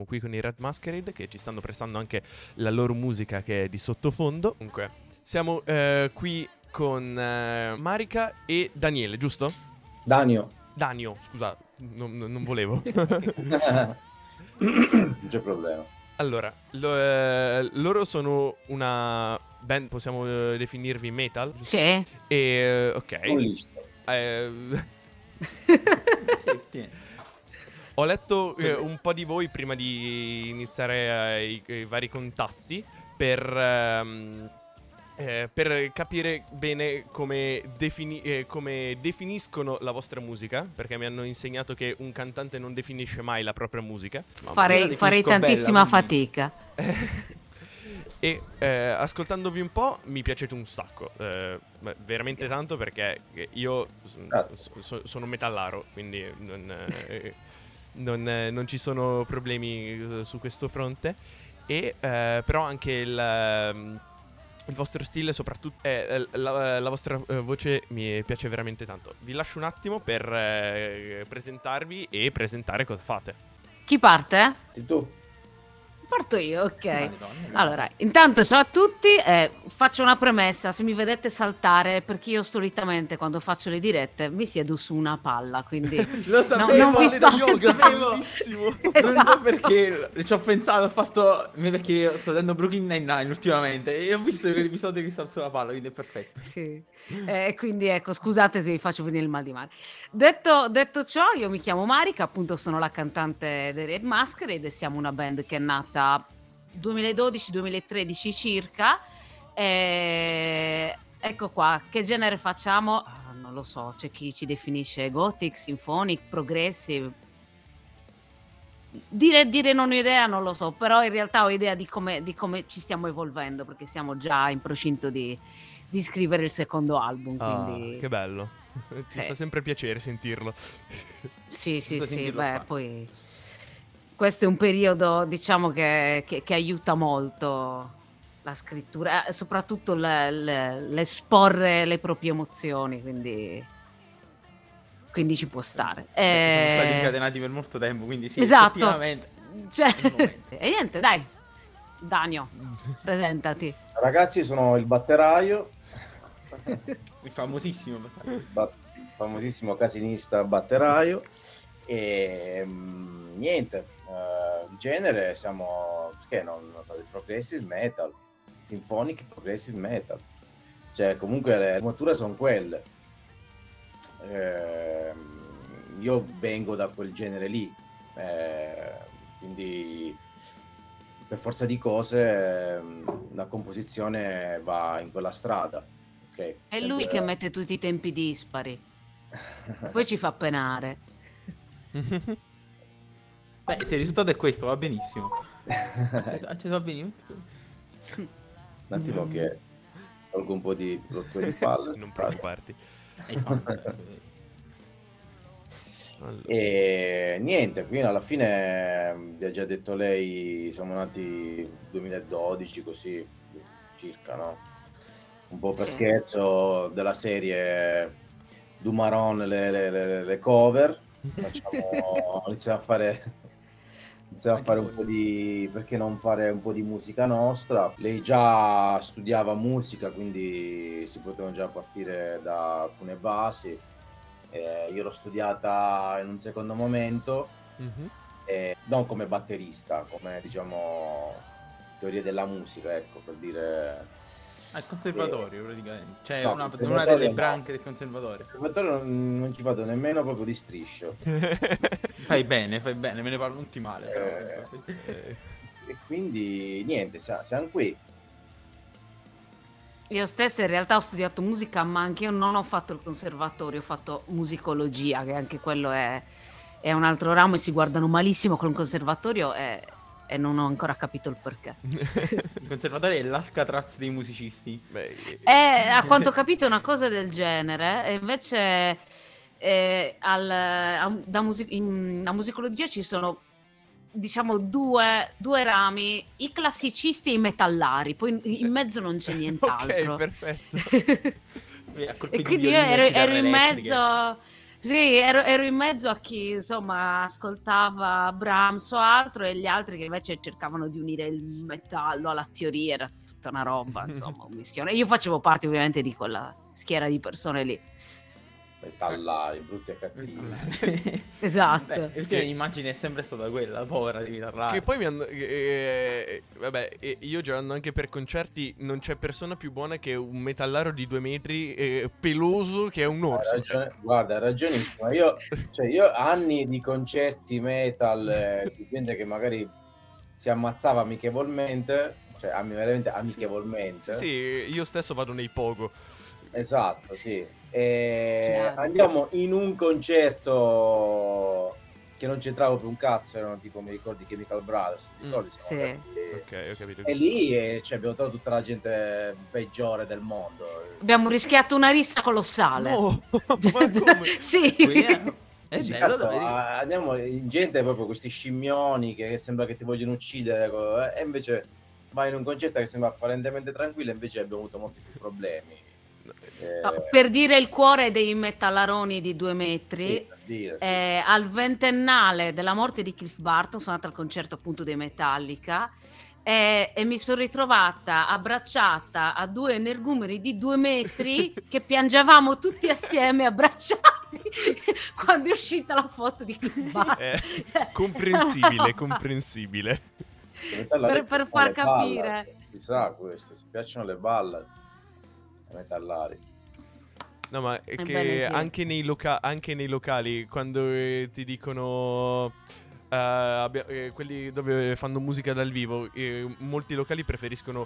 qui con i Red Masquerade che ci stanno prestando anche la loro musica che è di sottofondo. Comunque, siamo qui con Marica e Daniele, giusto? Danio. Danio, scusa, non volevo. Non c'è problema. Allora, loro sono una band, possiamo definirvi metal? Giusto? Sì. E, ok. Non liscio. Ho letto un po' di voi prima di iniziare i vari contatti per capire bene come definiscono la vostra musica, perché mi hanno insegnato che un cantante non definisce mai la propria musica. Farei tantissima fatica. E ascoltandovi un po' mi piacete un sacco, veramente tanto, perché io sono metallaro, quindi non ci sono problemi su questo fronte. E però anche il vostro stile, soprattutto la vostra voce mi piace veramente tanto. Vi lascio un attimo per presentarvi e presentare cosa fate. Chi parte? Tu. Parto io, ok. Allora, intanto ciao a tutti, faccio una premessa, se mi vedete saltare, perché io solitamente quando faccio le dirette mi siedo su una palla, quindi lo sapevo, non vi lo sapevo. Bellissimo. Esatto. Non so perché ci ho pensato, ho fatto perché io sto vedendo Brooklyn Nine-Nine ultimamente e ho visto l'episodio che sta sulla palla, quindi è perfetto. Sì, quindi ecco, scusate se vi faccio venire il mal di mare. Detto ciò, io mi chiamo Marica, appunto sono la cantante dei Red Masquerade e siamo una band che è nata 2012-2013 circa. Ecco qua, che genere facciamo? Non lo so, c'è chi ci definisce gothic, symphonic, progressive. Dire non ho idea, non lo so, però in realtà ho idea di come ci stiamo evolvendo, perché siamo già in procinto di scrivere il secondo album, quindi Che bello. Ci Sì. fa sempre piacere sentirlo. sì, sentirlo beh, qua. poi questo è un periodo, diciamo, che aiuta molto la scrittura, soprattutto l'esporre le proprie emozioni, quindi ci può stare. Siamo stati incatenati per molto tempo, quindi sì, Esatto. effettivamente Cioè, è il momento. e niente, dai, Danio, presentati. Ragazzi, sono il batteraio, Il famosissimo. famosissimo casinista batteraio. E niente, di genere siamo, perché non so, il progressive metal, symphonic progressive metal. Cioè, comunque le sfumature sono quelle. Io vengo da quel genere lì, quindi per forza di cose la composizione va in quella strada. Okay? È lui che mette tutti i tempi dispari, poi ci fa penare. Beh, se il risultato è questo, va benissimo. Ci va benissimo. Un attimo che tolgo un po' di rotture di palle. Non preoccuparti. Allora. E niente, qui alla fine vi ha già detto lei, siamo nati 2012 così circa, no? Un po' per Sì. scherzo della serie Dumaron le cover, iniziamo a fare un po' di, perché non fare un po' di musica nostra. Lei già studiava musica, quindi si potevano già partire da alcune basi. Io l'ho studiata in un secondo momento, non come batterista, come diciamo teoria della musica, ecco, per dire. Al conservatorio praticamente, cioè No, una conservatorio delle no. branche del conservatorio. Il conservatorio non ci vado nemmeno proprio di striscio. Fai bene, me ne parlo non ti male. Però. E quindi niente, siamo qui. Io stessa in realtà ho studiato musica, ma anche io non ho fatto il conservatorio, ho fatto musicologia, che anche quello è un altro ramo e si guardano malissimo con il conservatorio e non ho ancora capito il perché. Il conservatorio è l'Alcatraz dei musicisti. A quanto ho capito è una cosa del genere, e invece a musicologia ci sono, diciamo, due rami, i classicisti e i metallari, poi in mezzo non c'è nient'altro. Ok, perfetto. E quindi io ero in mezzo, Sì, ero in mezzo a chi insomma ascoltava Brahms o altro e gli altri che invece cercavano di unire il metallo alla teoria, era tutta una roba, insomma, un mischione. Io facevo parte ovviamente di quella schiera di persone lì. Metallari, brutti e cattivi. Esatto. L'immagine è sempre stata quella, povera di Tarrare. Che poi mi hanno. Vabbè, io girando anche per concerti, non c'è persona più buona che un metallaro di 2 metri, peloso, che è un orso. Guarda, hai ragionissimo. Io anni di concerti metal, di gente che magari si ammazzava amichevolmente, cioè veramente amichevolmente. Sì, io stesso vado nei pogo. Esatto, sì. E Chiaro. andiamo in un concerto che non c'entravo più un cazzo, erano tipo, mi ricordi, Chemical Brothers, ti ricordi? Sì. Ok, ho capito. E lì abbiamo trovato tutta la gente peggiore del mondo. Abbiamo rischiato una rissa colossale. No, ma come? Sì. È Dici, bello cazzo, da vedere. andiamo in gente proprio questi scimmioni che sembra che ti vogliono uccidere, e invece vai in un concerto che sembra apparentemente tranquillo e invece abbiamo avuto molti più problemi. No, per dire il cuore dei metallaroni di 2 metri, Sì, per dire, sì. al ventennale della morte di Cliff Burton sono andata al concerto appunto dei Metallica e mi sono ritrovata abbracciata a 2 energumeni di 2 metri che piangevamo tutti assieme abbracciati quando è uscita la foto di Cliff Burton. Comprensibile. Per far capire. Si sa questo, si piacciono le ballad ai metallari. No, ma è che Ebbene sì. anche nei locali, quando ti dicono quelli dove fanno musica dal vivo, molti locali preferiscono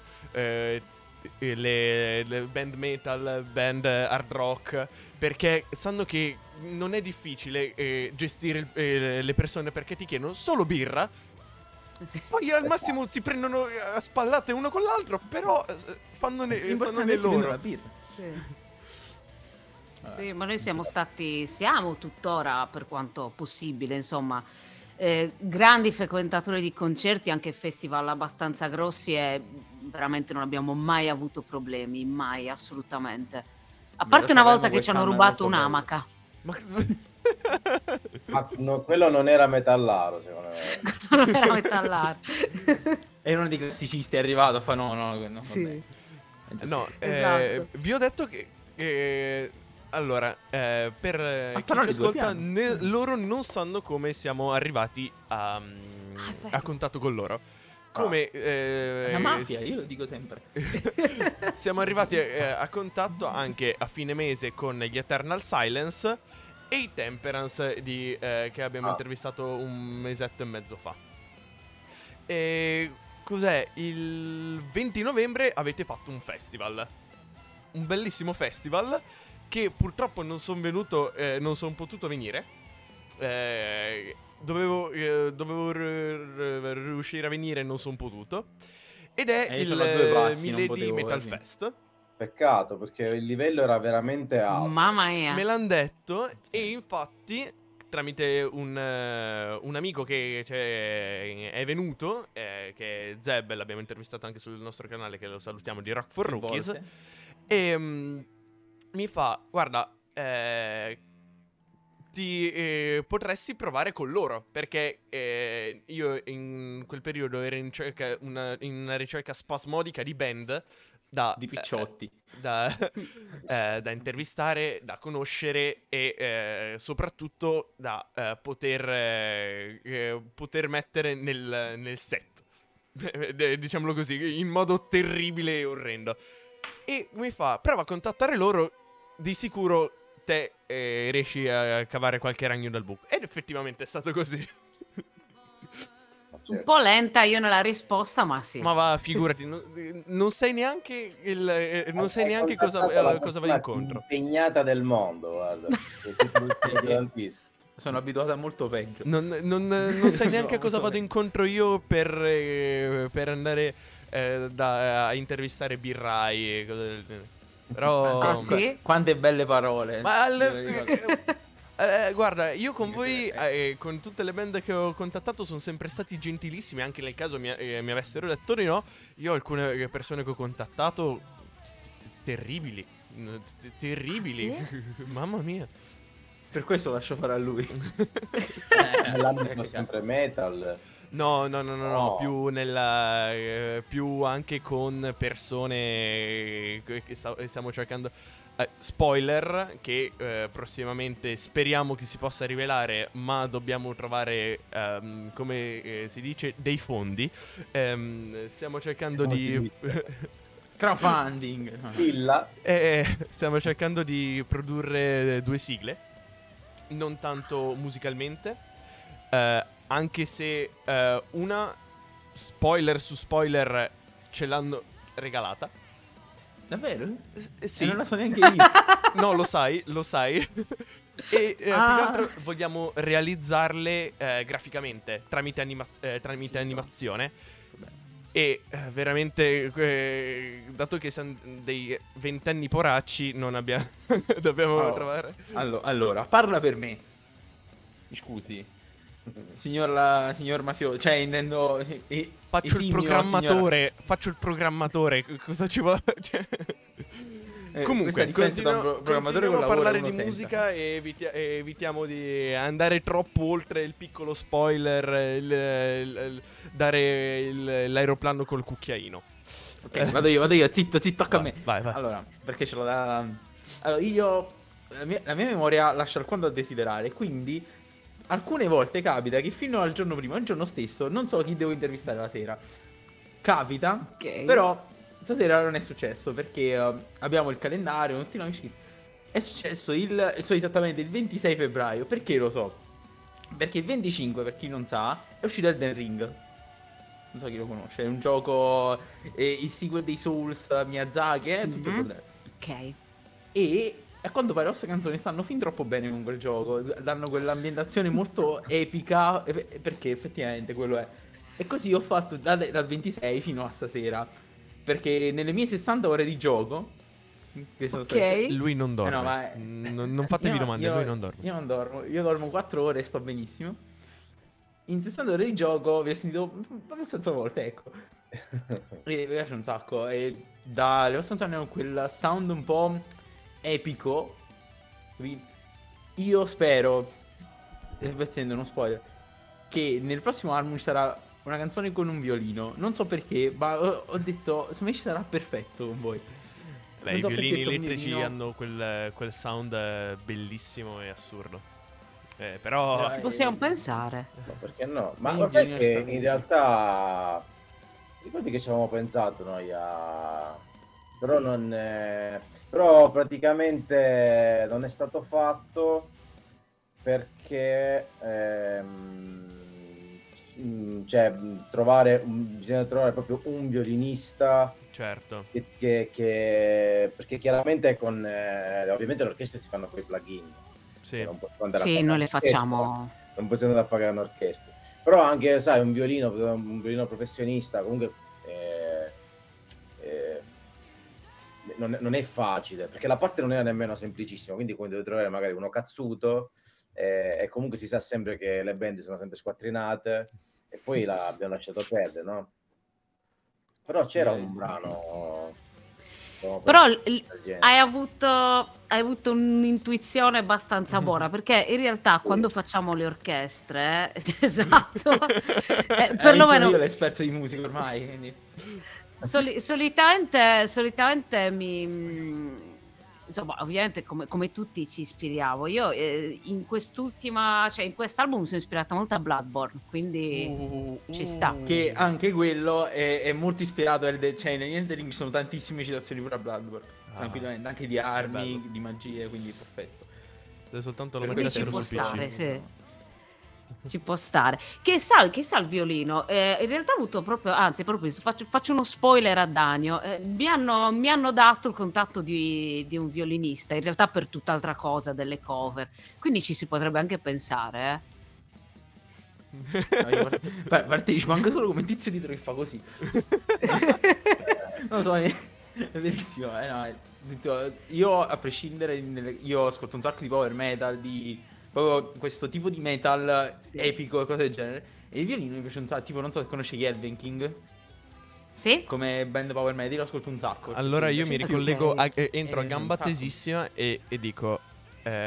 le band metal, band hard rock, perché sanno che non è difficile gestire le persone, perché ti chiedono solo birra. Sì. Poi al massimo si prendono a spallate uno con l'altro, però stanno nel loro. Sì, ma noi siamo tuttora, per quanto possibile, insomma, grandi frequentatori di concerti, anche festival abbastanza grossi, e veramente non abbiamo mai avuto problemi, mai, assolutamente. A parte una volta che ci hanno rubato un'amaca. Ma no, quello non era metallaro, secondo me. Non era metallaro. E uno dei classicisti è arrivato, fa no. Sì. No, Esatto. vi ho detto che allora, per chi ci ascolta, loro non sanno come siamo arrivati a contatto con loro. Come la mafia, io lo dico sempre. Siamo arrivati a contatto anche a fine mese con gli Eternal Silence e i Temperance che abbiamo intervistato un mesetto e mezzo fa. E cos'è? Il 20 novembre avete fatto un festival, un bellissimo festival, che purtroppo non sono potuto venire. Dovevo riuscire a venire e non sono potuto. Ed è il Milady Metal Fest. Peccato, perché il livello era veramente alto. Mamma mia. Me l'hanno detto, e infatti tramite un amico che è venuto, che è Zeb, l'abbiamo intervistato anche sul nostro canale, che lo salutiamo, di Rock for Rookies, e mi fa: guarda, ti potresti provare con loro, perché io in quel periodo ero in una ricerca spasmodica di band di picciotti da intervistare, da conoscere e soprattutto da poter mettere nel set, diciamolo così, in modo terribile e orrendo. E mi fa: prova a contattare loro, di sicuro te riesci a cavare qualche ragno dal buco. Ed effettivamente è stato così. Un po' lenta io nella risposta, ma sì. Ma va, figurati, non sai neanche cosa va incontro. Impegnata del mondo, guarda. Sono abituato a molto peggio. Non sai neanche cosa vado incontro io per andare a intervistare birrai e cose del genere. Però sì? Quante belle parole. Ma guarda, io con voi, con tutte le band che ho contattato, sono sempre stati gentilissimi. Anche nel caso mi avessero detto di no. Io alcune persone che ho contattato terribili. Terribili. Sì? Mamma mia. Per questo lascio fare a lui. Nell'ambito sempre metal. No, No. più nella più anche con persone che stiamo cercando spoiler che prossimamente speriamo che si possa rivelare, ma dobbiamo trovare come si dice dei fondi. Stiamo cercando Come si di dice? Crowdfunding. Villa. stiamo cercando di produrre 2 sigle, non tanto musicalmente, anche se una spoiler su spoiler ce l'hanno regalata. Davvero? Sì. E non la so neanche io. No, lo sai. E più che Ah. altro vogliamo realizzarle graficamente tramite animazione. E veramente, dato che siamo dei ventenni poracci, non abbiamo. Dobbiamo Oh. trovare. Allora, parla per me. Mi scusi. Signor mafioso, cioè intendo Faccio il programmatore. Faccio il programmatore. Cosa ci vuole? Cioè... Comunque, programmatore continuiamo con a lavoro parlare uno di senza. musica e evitiamo di andare troppo oltre il piccolo spoiler, dare l'aeroplano col cucchiaino. Ok, vado io, zitto, tocca a me. Vai. Allora, perché ce l'ho da... Allora, la mia memoria lascia alquanto a desiderare, quindi alcune volte capita che fino al giorno prima, al giorno stesso, non so chi devo intervistare la sera. Capita, Ok. però stasera non è successo perché abbiamo il calendario, tutti noi iscritti. È successo esattamente il 26 febbraio, perché lo so? Perché il 25, per chi non sa, è uscito Elden Ring. Non so chi lo conosce, è un gioco, il sequel dei Souls, Miyazaki, è tutto Mhm. quello. Ok. E a quanto pare le vostre canzoni stanno fin troppo bene con quel gioco, danno quell'ambientazione molto epica, perché effettivamente quello è. E così ho fatto dal 26 fino a stasera, perché nelle mie 60 ore di gioco, che sono state... Ok. Lui non dorme. no, ma... Non fatevi domande, lui non dorme. Io non dormo, io dormo 4 ore e sto benissimo. In 60 ore di gioco vi ho sentito abbastanza volte, ecco. E mi piace un sacco. E le vostre canzoni hanno quel sound un po' epico. Io spero, mettendo uno spoiler, che nel prossimo album ci sarà una canzone con un violino. Non so perché, ma ho detto, secondo me ci sarà perfetto con voi. Beh, Non i so perché violini Tom elettrici Violino- hanno quel sound bellissimo e assurdo. Però. Dai. Ci possiamo pensare. Ma perché no? Ma Io lo in sai genere che sta in bene. realtà ricordi che ci avevamo pensato noi però Sì. non però praticamente non è stato fatto perché cioè bisogna trovare proprio un violinista Certo. perché chiaramente ovviamente le orchestre si fanno con i plugin. Sì. Cioè, non puoi andare a Sì, pagare noi le un'orchestra, facciamo. non puoi andare a pagare un'orchestra, però anche, sai, un violino professionista comunque eh, non è facile, perché la parte non era nemmeno semplicissima, quindi come devi trovare magari uno cazzuto e comunque si sa sempre che le band sono sempre squattrinate e poi abbiamo lasciato perdere, no? Però c'era un brano Però del genere. hai avuto un'intuizione abbastanza buona, perché in realtà quando facciamo le orchestre, esatto, Sono io perlomeno l'esperto di musica ormai, quindi... solitamente insomma, ovviamente come tutti ci ispiriamo. Io in quest'ultima, cioè in quest'album mi sono ispirata molto a Bloodborne, quindi ci sta. Che anche quello è molto ispirato cioè negli Elden Ring ci sono tantissime citazioni pure a Bloodborne, tranquillamente, anche di armi, bello. di magie, quindi perfetto. Se soltanto lo Per Quindi mettessero ci può sul PC. stare, sì. Ci può stare. Che sa il violino? In realtà ho avuto proprio faccio uno spoiler a Danio. Mi hanno dato il contatto di un violinista, in realtà per tutt'altra cosa, delle cover. Quindi ci si potrebbe anche pensare, No, io partecipo anche solo come tizio dietro che fa così. Non lo so, è bellissimo. Io a prescindere, io ascolto un sacco di power metal, di proprio questo tipo di metal Sì. epico e cose del genere. E il violino mi piace un sacco, tipo non so se conosci gli Elven King. Sì? Come band power metal lo ascolto un sacco. Allora io mi ricollego, Ok. entro a gamba un sacco. tesissima e dico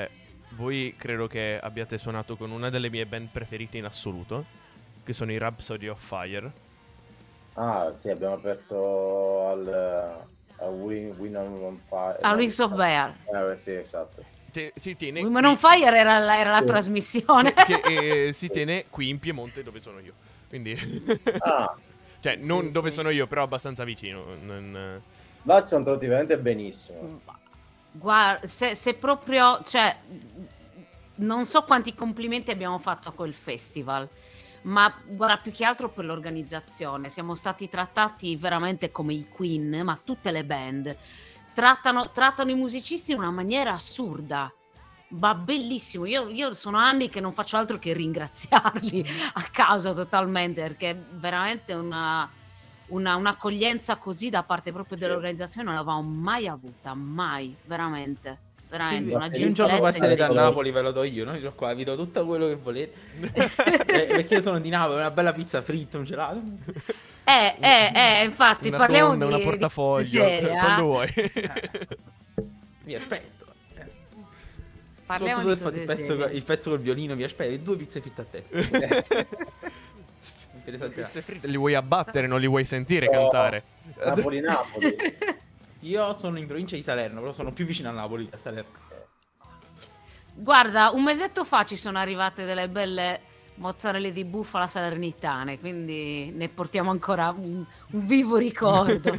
voi credo che abbiate suonato con una delle mie band preferite in assoluto, che sono i Rhapsody of Fire. Ah, sì, abbiamo aperto a Win on Fire. A Wings of Bear. Sì, esatto. Si tiene Women on Fire era la Sì. trasmissione. che si tiene qui in Piemonte, dove sono io. Quindi Ah, cioè non Sì, dove sì. sono io, però abbastanza vicino. Non- là ci sono trovati veramente benissimo. Guarda, se proprio, cioè, non so quanti complimenti abbiamo fatto a quel festival, ma guarda, più che altro per l'organizzazione. Siamo stati trattati veramente come i Queen, ma tutte le band trattano i musicisti in una maniera assurda. Ma bellissimo, io sono anni che non faccio altro che ringraziarli a caso totalmente, perché veramente un'accoglienza così da parte proprio Sì. dell'organizzazione non l'avevamo mai avuta, mai, veramente, veramente, una Se un giorno gentilezza passerete a incredibile. Napoli ve lo do io, no? Io qua vi do tutto quello che volete. Perché io sono di Napoli, una bella pizza fritta, un gelato. Infatti una parliamo tonda, una di portafoglio, serie, quando vuoi. Vi aspetto. Parliamo Soprattutto di il cose serie. il pezzo col violino, vi aspetto, e 2 pizze fritte a testa. Per esagerare. Pizze fritte li vuoi abbattere, non li vuoi sentire No, cantare. Napoli. Io sono in provincia di Salerno, però sono più vicino a Napoli che a Salerno. Guarda, un mesetto fa ci sono arrivate delle belle mozzarelle di bufala salernitane, quindi ne portiamo ancora un vivo ricordo.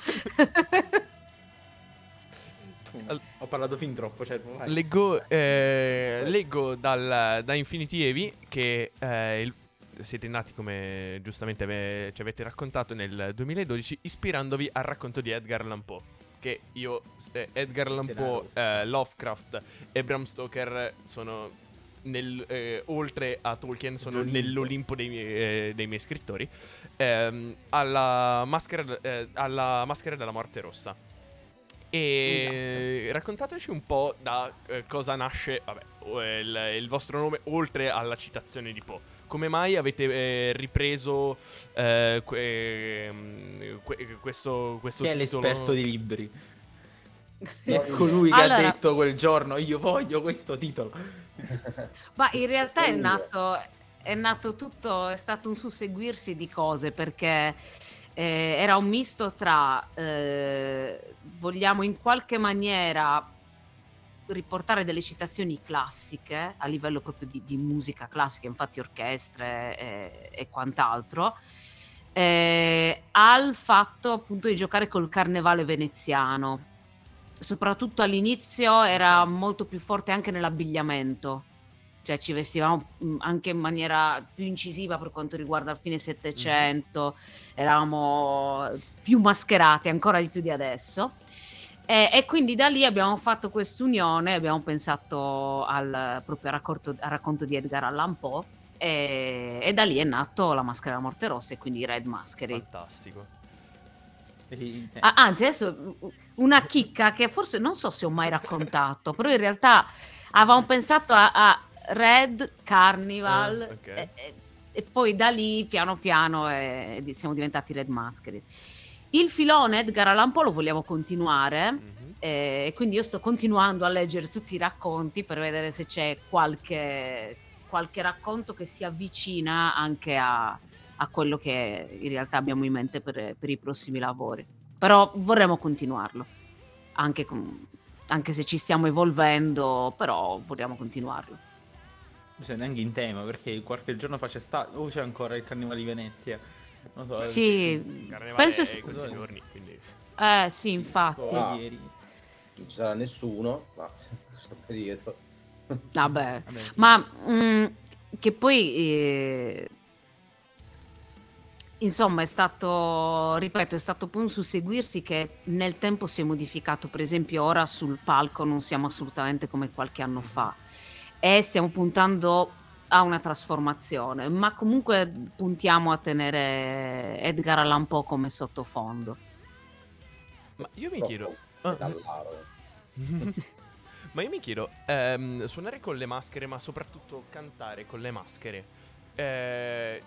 Ho parlato fin troppo, cioè, vai. Leggo da Infinity Evi che siete nati, come giustamente ci avete raccontato, nel 2012, ispirandovi al racconto di Edgar Allan Poe. Che io, Edgar Allan Poe, Lovecraft e Bram Stoker sono oltre a Tolkien, sono nell'Olimpo dei miei scrittori. Alla maschera della morte rossa. E raccontateci un po' da cosa nasce, vabbè, il vostro nome, oltre alla citazione di Poe. Come mai avete ripreso questo Chi è titolo? l'esperto di libri? No, È colui che Allora- ha detto quel giorno io voglio questo titolo. Ma in realtà è nato tutto, è stato un susseguirsi di cose, perché era un misto tra vogliamo in qualche maniera riportare delle citazioni classiche a livello proprio di musica classica, infatti orchestre e quant'altro, al fatto appunto di giocare col carnevale veneziano. Soprattutto all'inizio era molto più forte anche nell'abbigliamento, cioè ci vestivamo anche in maniera più incisiva per quanto riguarda il fine Settecento, eravamo più mascherati ancora di più di adesso. E quindi da lì abbiamo fatto quest'unione, abbiamo pensato proprio al racconto di Edgar Allan Poe, e da lì è nato La Maschera della Morte Rossa e quindi Red Masquerade. Fantastico. Anzi, adesso una chicca che forse non so se ho mai raccontato, però in realtà avevamo pensato a Red Carnival, ok. e poi da lì piano piano siamo diventati Red Masquerade. Il filone Edgar Allan Poe lo vogliamo continuare, Mhm. e quindi io sto continuando a leggere tutti i racconti per vedere se c'è qualche racconto che si avvicina anche a quello che in realtà abbiamo in mente per i prossimi lavori. Però vorremmo continuarlo, anche se ci stiamo evolvendo, però vogliamo continuarlo. Cioè, neanche in tema, perché qualche giorno fa c'è stato. O c'è ancora il Carnevale di Venezia. Non so. Sì, Carnevale penso è in questi giorni, quindi sì, infatti. Ieri. Non ci sarà nessuno, ma in questo periodo. Vabbè, Vabbè, sì. ma che poi insomma è stato, ripeto, è stato poi un susseguirsi che nel tempo si è modificato. Per esempio ora sul palco non siamo assolutamente come qualche anno fa, e stiamo puntando a una trasformazione, ma comunque puntiamo a tenere Edgar Allan Poe come sottofondo. ma io mi chiedo Metallaro. ma io mi chiedo, suonare con le maschere, ma soprattutto cantare con le maschere,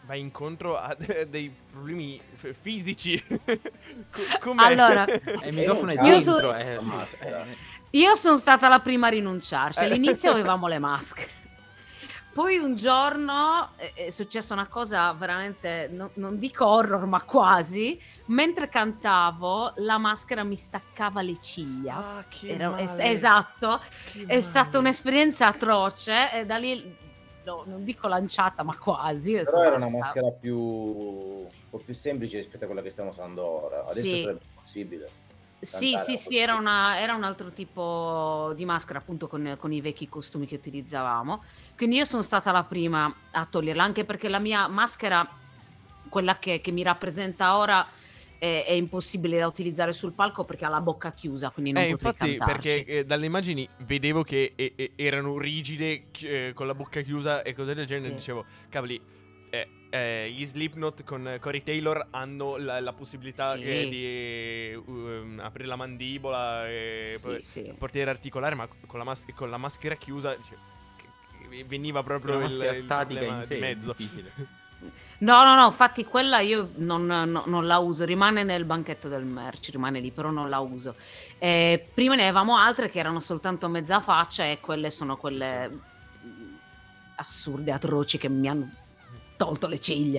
vai incontro a dei problemi fisici. Com'è? Allora, E il microfono è Io dentro. La maschera. io sono stata la prima a rinunciarci. All'inizio avevamo le maschere. Poi un giorno è successa una cosa veramente, non dico horror, ma quasi. Mentre cantavo, la maschera mi staccava le ciglia. Ah, che male. Esatto, Che è stata male. un'esperienza atroce e da lì, non dico lanciata, ma quasi. ho detto, Però era una basta. maschera un po' più semplice rispetto a quella che stiamo usando ora. Adesso Sì. sarebbe possibile. Sì, cantare sì, era un altro tipo di maschera, appunto con i vecchi costumi che utilizzavamo. Quindi io sono stata la prima a toglierla, anche perché la mia maschera, quella che mi rappresenta ora, è impossibile da utilizzare sul palco perché ha la bocca chiusa, quindi non potrei Infatti, cantarci. perché dalle immagini vedevo che erano rigide, con la bocca chiusa e cose del genere. Sì. Dicevo, cavoli, gli Slipknot con Corey Taylor hanno la possibilità Sì. di aprire la mandibola e Sì, sì. poter articolare, ma con la maschera chiusa veniva proprio La maschera il statica problema in sé di è mezzo. difficile. No, infatti quella io non la uso, rimane nel banchetto del merch, rimane lì, però non la uso. Prima ne avevamo altre che erano soltanto mezza faccia e quelle sono quelle assurde, atroci, che mi hanno tolto le ciglia.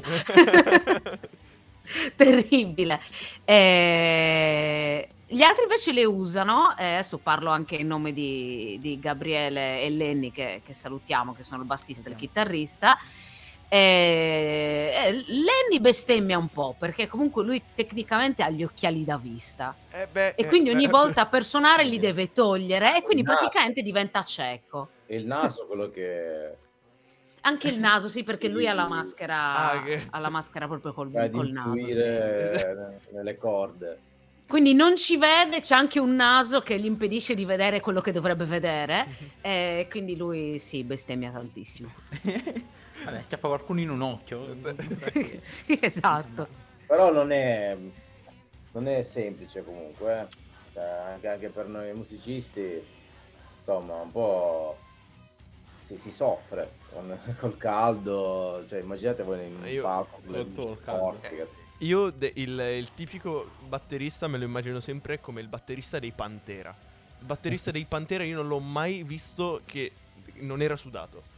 Terribile. Gli altri invece le usano, adesso parlo anche in nome di Gabriele e Lenny che salutiamo, che sono il bassista e il chitarrista. Lenny bestemmia un po' perché comunque lui tecnicamente ha gli occhiali da vista e quindi ogni volta per suonare li deve togliere e quindi Il naso. praticamente diventa cieco. E il naso quello che... Anche il naso, sì, perché lui ha la maschera, che- ha la maschera proprio col va ad naso. Sì. influire nelle corde. Quindi non ci vede, c'è anche un naso che gli impedisce di vedere quello che dovrebbe vedere. Quindi lui sì, bestemmia tantissimo. Vabbè, chiappa qualcuno in un occhio. Sì, esatto. Però non è semplice comunque. Cioè, anche per noi musicisti, insomma, un po' si soffre col caldo. Cioè, immaginate voi in un Io- palco con le sotto luci il caldo. forti. Io il tipico batterista me lo immagino sempre come il batterista dei Pantera. Il batterista dei Pantera io non l'ho mai visto che non era sudato.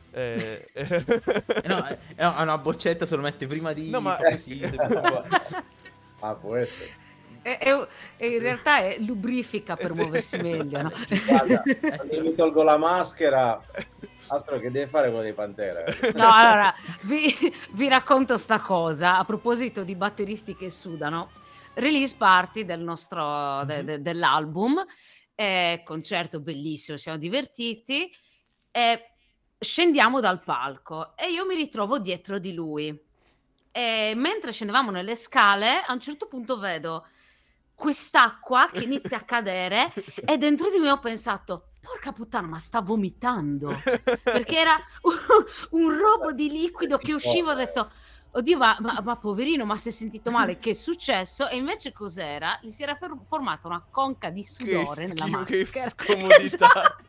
No, è una boccetta, se lo mette prima di... No, ma- fa così, Ah, può essere. E in realtà lubrifica per Sì. muoversi meglio, no? Guarda, quando io mi tolgo la maschera, altro che deve fare quello dei Pantera. No, allora, vi racconto sta cosa. A proposito di batteristi che sudano, release party del nostro dell'album, concerto bellissimo, siamo divertiti, scendiamo dal palco e io mi ritrovo dietro di lui. E mentre scendevamo nelle scale, a un certo punto vedo quest'acqua che inizia a cadere e dentro di me ho pensato, porca puttana, ma sta vomitando, perché era un robo di liquido che usciva. Ho detto, oddio, ma poverino, ma si è sentito male, che è successo? E invece cos'era? Gli si era formata una conca di sudore nella schifo, che maschera. scomodità. Esatto.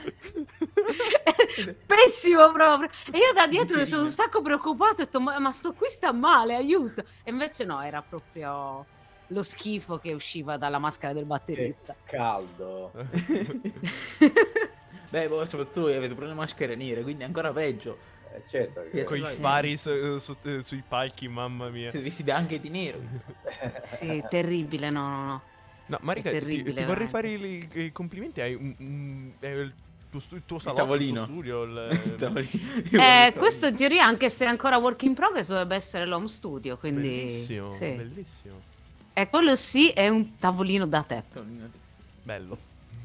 Pessimo proprio. E io da dietro mi sono un sacco preoccupato, ho detto, ma sto qui sta male, aiuto. E invece no, era proprio lo schifo che usciva dalla maschera del batterista. Che caldo. Beh, voi soprattutto voi avete pure le maschere nere, quindi è ancora peggio. Certo che... Con i Vai. fari sui palchi, mamma mia. Siete vestiti anche di nero. Sì, terribile, no. No, Marica, È ti terribile, vorrei veramente. fare i complimenti. Hai il tuo salotto, tavolino. il tuo studio. Questo in teoria, anche se è ancora work in progress, dovrebbe essere l'home studio, quindi Bellissimo, sì. bellissimo. E quello sì è un tavolino da te. Bello.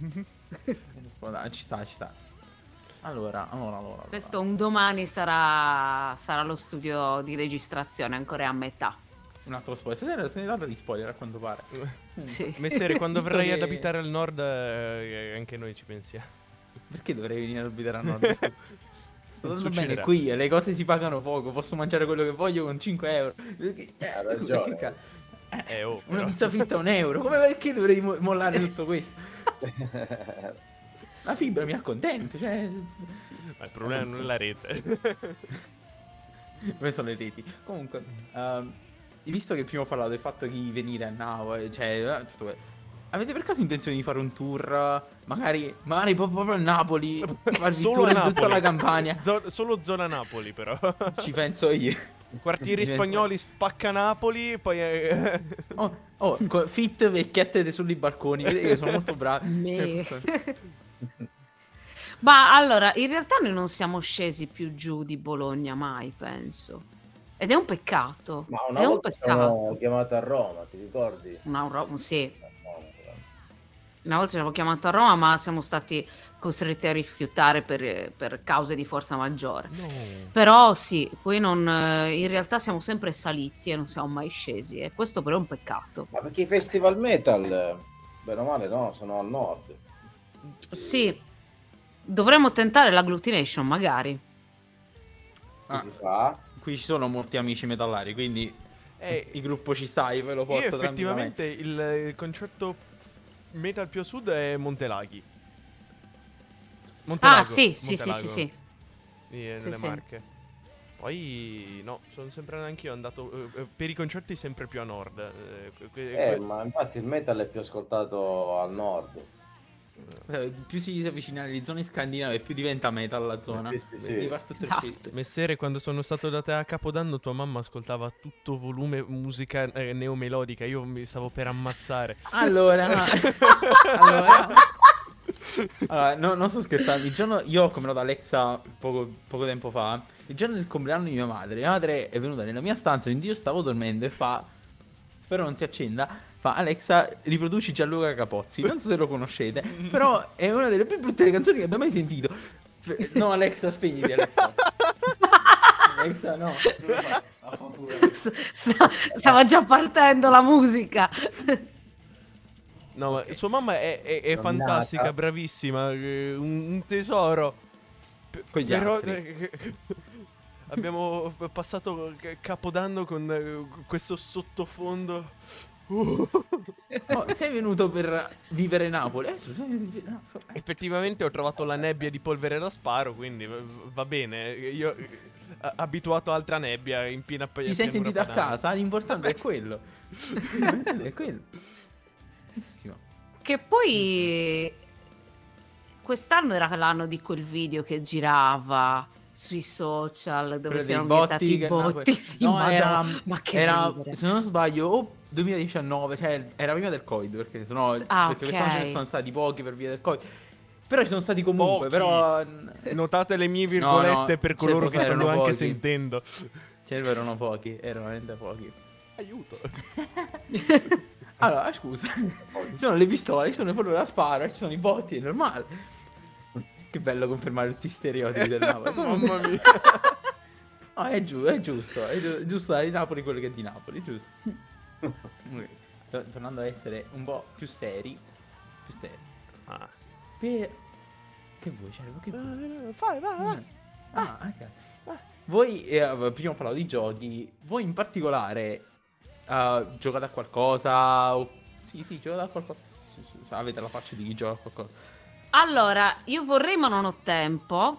Ci sta. Allora. Questo un domani sarà lo studio di registrazione, ancora è a metà. Un altro spoiler. Se ne data di spoiler a quanto pare. Sì. Messere, quando Visto verrai che- ad abitare al nord, anche noi ci pensiamo. Perché dovrei venire ad abitare a nord? Sto andando bene Succederà. qui, le cose si pagano poco, posso mangiare quello che voglio con 5 euro. Ha ragione. Che cazzo? Una Una pizza fritta a €1. Perché dovrei mollare tutto questo? La fibra mi accontento, cioè... Ma il problema non è la rete. Dove sono le reti? Comunque, visto che prima ho parlato del fatto di venire a Napoli, cioè, tutto avete per caso intenzione di fare un tour, magari proprio a Napoli, farvi il Solo tour a in tutta Napoli. la Campania? Solo zona Napoli, però. Ci penso io. Quartieri spagnoli spacca Napoli, poi Fit vecchiette sugli balconi, vedete che sono molto bravi. Me. Ma allora, in realtà noi non siamo scesi più giù di Bologna mai, penso. Ed è un peccato. Ma È una un volta siamo peccato. chiamati a Roma, ti ricordi? Sì. Una volta ci avevo chiamato a Roma, ma siamo stati costretti a rifiutare per cause di forza maggiore. no. Però sì, poi in realtà siamo sempre saliti e non siamo mai scesi. E questo però è un peccato. Ma perché i festival metal, bene o male, no, sono al nord. Sì, dovremmo tentare l'agglutination, magari. Che si fa? Qui ci sono molti amici metallari, quindi il gruppo ci sta, io ve lo Io porto effettivamente il concerto metal più a sud è Montelaghi. Ah, sì. Nelle Sì. Marche. Poi no, sono sempre anch'io andato per i concerti sempre più a nord. Ma infatti il metal è più ascoltato al nord. Più si avvicina alle zone scandinave, più diventa metal la zona. Sì. Quindi parte tutto il Esatto. circo. Messere, quando sono stato da te a Capodanno, tua mamma ascoltava a tutto volume musica neomelodica. Io mi stavo per ammazzare. Allora, no, non sto scherzando. Il giorno, io ho comprato Alexa poco tempo fa. Il giorno del compleanno di mia madre è venuta nella mia stanza, quindi io stavo dormendo e fa, spero non si accenda, fa: Alexa, riproduci Gianluca Capozzi. Non so se lo conoscete, però è una delle più brutte canzoni che abbia mai sentito. No, Alexa, spegniti, Alexa. Alexa, no. Stava già partendo la musica. No, ma sua mamma è Nominata. fantastica, bravissima, un tesoro. Con gli Però altri. abbiamo passato Capodanno con questo sottofondo. Oh, sei venuto per vivere Napoli? Effettivamente ho trovato la nebbia di polvere da sparo, quindi va bene. Io abituato a altra nebbia in piena Ti sei sentito a Padana. casa? L'importante è quello. L'importante è quello. Benissimo. Che poi quest'anno era l'anno di quel video che girava sui social dove Quello si dei erano botti vietati i che botti. Sì, no, Madonna, ma che era ridere. se non sbaglio o 2019, cioè era prima del Covid, perché sennò perché quest'anno ce ne ok. sono stati pochi per via del Covid. Però ci sono stati comunque, Pochi. però Notate le mie virgolette no, per coloro che erano stanno anche pochi. sentendo. Erano pochi, erano veramente pochi. Aiuto. Allora, scusa, ci sono le pistole, ci sono le palle da sparo, ci sono i botti, è normale. Che bello confermare tutti i stereotipi del Napoli. Mamma mia. No, è giusto dare di Napoli quello che è di Napoli, giusto. Tornando a essere un po' più seri. Ah. Che vuoi, Cervo? Che vuoi? Vai. Ok. Voi, prima ho parlato di giochi, voi in particolare giocate a qualcosa? Sì, giocate a qualcosa. Avete la faccia di chi gioca a qualcosa. Allora, io vorrei ma non ho tempo.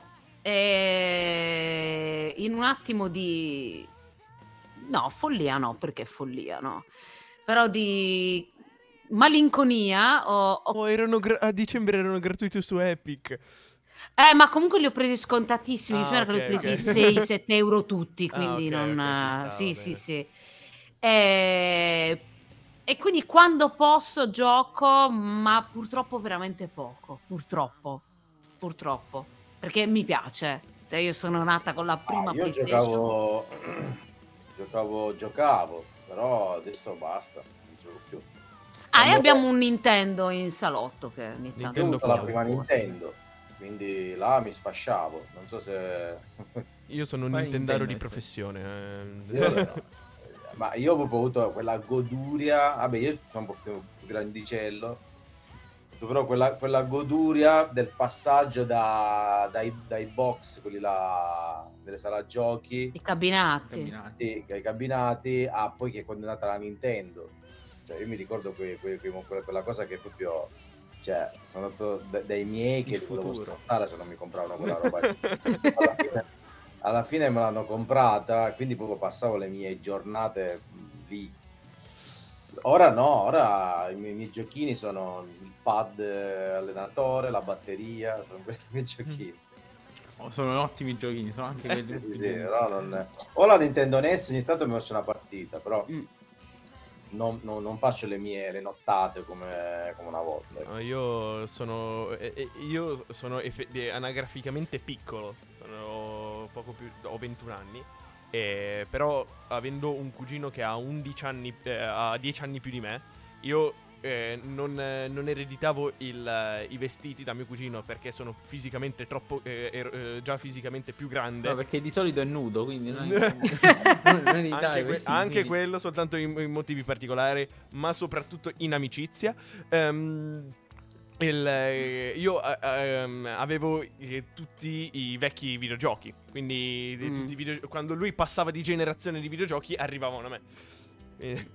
E in un attimo di... No, follia no, perché follia no? Però di malinconia A dicembre erano gratuiti su Epic. ma comunque li ho presi scontatissimi, mi sembra che li ho presi ok. 6-7 euro tutti, quindi ok, non... ci sta, va sì. bene. E quindi quando posso gioco, ma purtroppo veramente poco, purtroppo, perché mi piace. Cioè, io sono nata con la prima Io PlayStation. giocavo, però adesso basta, non gioco più. E abbiamo un Nintendo in salotto che ogni tanto... Io ho Nintendo avuto la Power. prima Nintendo, quindi là mi sfasciavo, non so se... Io sono un Quale Nintendaro di Nintendo? professione. Ma io ho proprio avuto quella goduria, vabbè io sono un po' più grandicello, però quella goduria del passaggio dai box, quelli là delle sala giochi, I cabinati. sì, ai cabinati, a poi che quando è nata la Nintendo. Cioè io mi ricordo quella cosa che proprio, cioè sono andato dai miei che Il dovevo futuro. sforzare se non mi compravano quella roba. alla fine me l'hanno comprata, quindi proprio passavo le mie giornate lì. Ora no, ora i miei giochini sono il pad allenatore, la batteria, sono questi i miei giochini. Sono ottimi giochini, sono anche quelli Sì, più sì, belli. però o la Nintendo NES ogni tanto mi faccio una partita, però Mm. non faccio le nottate come una volta. No, io sono anagraficamente piccolo, sono poco più, ho 21 anni, però avendo un cugino che ha 11 anni, ha 10 anni più di me, io non ereditavo i vestiti da mio cugino perché sono fisicamente troppo, già fisicamente più grande. No, perché di solito è nudo, quindi non Anche quello, soltanto in motivi particolari, ma soprattutto in amicizia. Io avevo tutti i vecchi videogiochi, quindi quando lui passava di generazione di videogiochi arrivavano a me.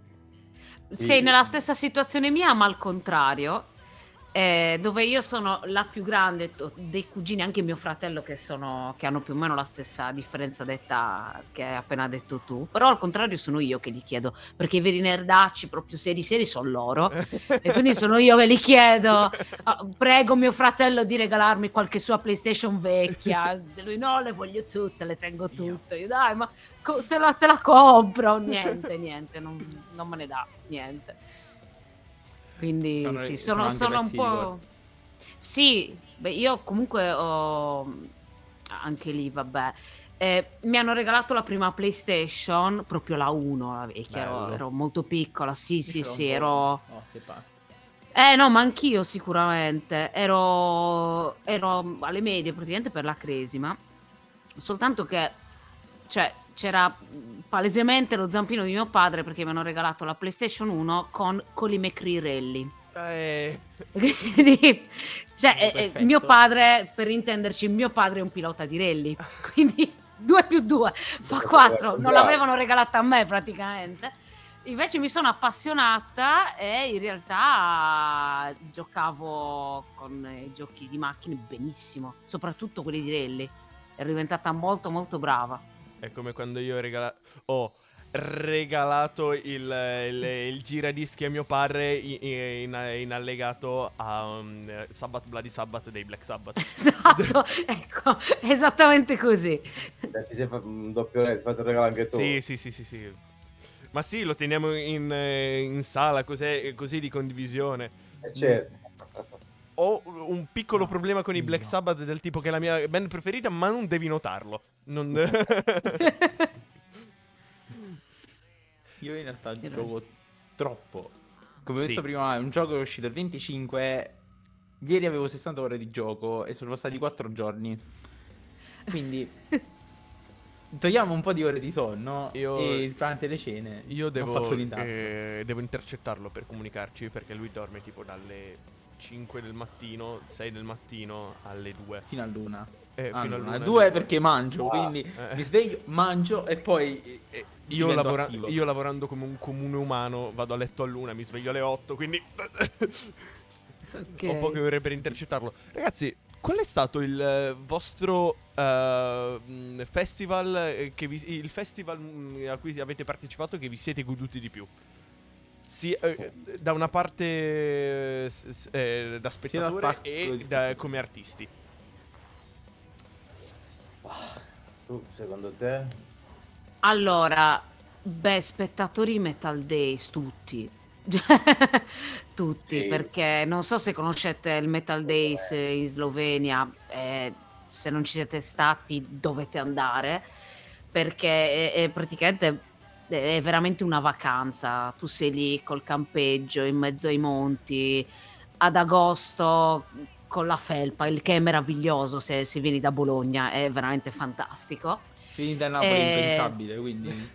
Sei nella stessa situazione mia, ma al contrario, dove io sono la più grande dei cugini, anche mio fratello che hanno più o meno la stessa differenza d'età che hai appena detto tu, però al contrario sono io che gli chiedo, perché i veri nerdacci proprio seri sono loro, e quindi sono io che gli chiedo, prego mio fratello di regalarmi qualche sua PlayStation vecchia, lui no, le voglio tutte, le tengo tutte, io dai ma te la compro, niente, non me ne dà niente. Quindi sì, sono un po'... Sì, beh, io comunque ho... Anche lì, vabbè. Mi hanno regalato la prima PlayStation, proprio la 1, la vecchia, ero molto piccola, sì, ero... Oh, che palle. No, ma anch'io sicuramente. Ero alle medie praticamente per la cresima. Soltanto che, cioè, c'era palesemente lo zampino di mio padre perché mi hanno regalato la PlayStation 1 con Collie McRae Rally. Quindi, cioè, mio padre, per intenderci, mio padre è un pilota di rally. Quindi 2 più 2 fa 4. Non l'avevano regalata a me praticamente. Invece mi sono appassionata e in realtà giocavo con i giochi di macchine benissimo, soprattutto quelli di rally. Ero diventata molto molto brava. È come quando io ho regalato il giradischi a mio padre in allegato a Sabbath Bloody Sabbath dei Black Sabbath. Esatto, ecco, esattamente così. Ti sei fatto un doppio ti fatto regalo anche tu. Sì. Ma sì, lo teniamo in sala così di condivisione. Certo. Ho un piccolo problema con i Black Sabbath del tipo che è la mia band preferita, ma non devi notarlo. Io in realtà gioco troppo. Come ho detto prima, è un gioco che è uscito il 25. Ieri avevo 60 ore di gioco e sono passati 4 giorni. Quindi togliamo un po' di ore di sonno e durante le cene io devo intercettarlo per comunicarci, perché lui dorme tipo dalle 5 del mattino, 6 del mattino alle 2 fino all'una. Fino all'una. 2 perché mangio, quindi mi sveglio, mangio e poi io lavorando come un comune umano vado a letto all'1, mi sveglio alle 8, quindi ho poche ore per intercettarlo. Ragazzi, qual è stato il vostro festival il festival a cui avete partecipato che vi siete goduti di più? Sì, da una parte da spettatore e come artisti. Tu, secondo te? Allora, spettatori Metal Days, tutti. Tutti, sì. Perché non so se conoscete il Metal Days in Slovenia, se non ci siete stati dovete andare, perché è praticamente è veramente una vacanza. Tu sei lì col campeggio in mezzo ai monti ad agosto con la felpa, il che è meraviglioso se vieni da Bologna, è veramente fantastico. Se vieni da Napoli è impensabile, quindi